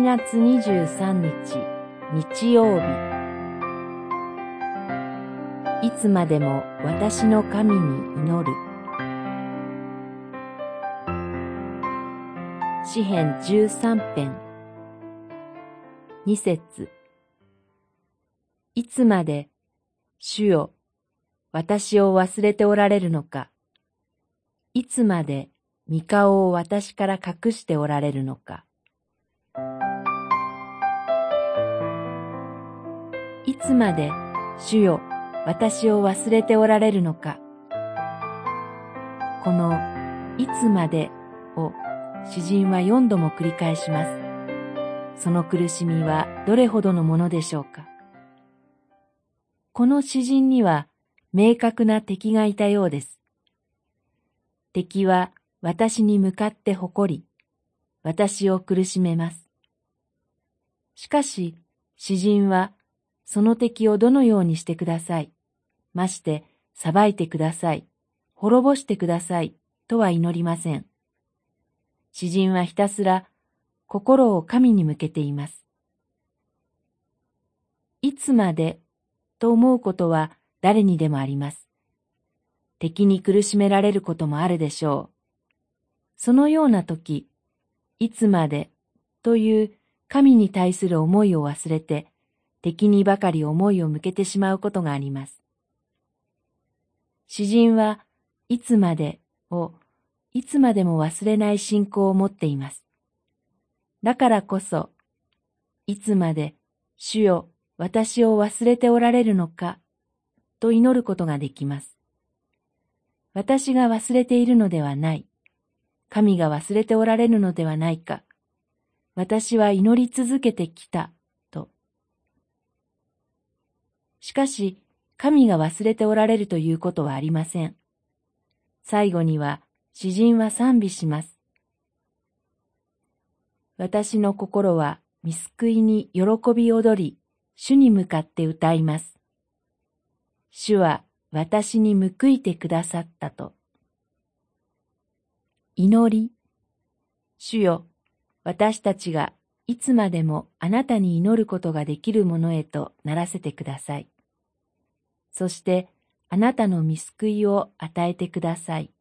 7月23日日曜日。いつまでも私の神に祈る。詩編13編2節。いつまで、主よ、私を忘れておられるのか。いつまで御顔を私から隠しておられるのか。いつまで、主よ、私を忘れておられるのか。この、いつまでを詩人は4度も繰り返します。その苦しみはどれほどのものでしょうか。この詩人には明確な敵がいたようです。敵は私に向かって誇り、私を苦しめます。しかし、詩人は、その敵をどのようにしてください。まして、裁いてください。滅ぼしてください。とは祈りません。詩人はひたすら、心を神に向けています。いつまで、と思うことは誰にでもあります。敵に苦しめられることもあるでしょう。そのような時、いつまで、という神に対する思いを忘れて、敵にばかり思いを向けてしまうことがあります。詩人はいつまでをいつまでも忘れない信仰を持っています。だからこそ、いつまで主よ私を忘れておられるのかと祈ることができます。私が忘れているのではない。神が忘れておられるのではないか。私は祈り続けてきた。しかし、神が忘れておられるということはありません。最後には、詩人は賛美します。私の心は御救いに喜び踊り、主に向かって歌います。主は私に報いてくださったと。祈り。主よ、私たちがいつまでもあなたに祈ることができるものへとならせてください。そしてあなたの御救いを与えてください。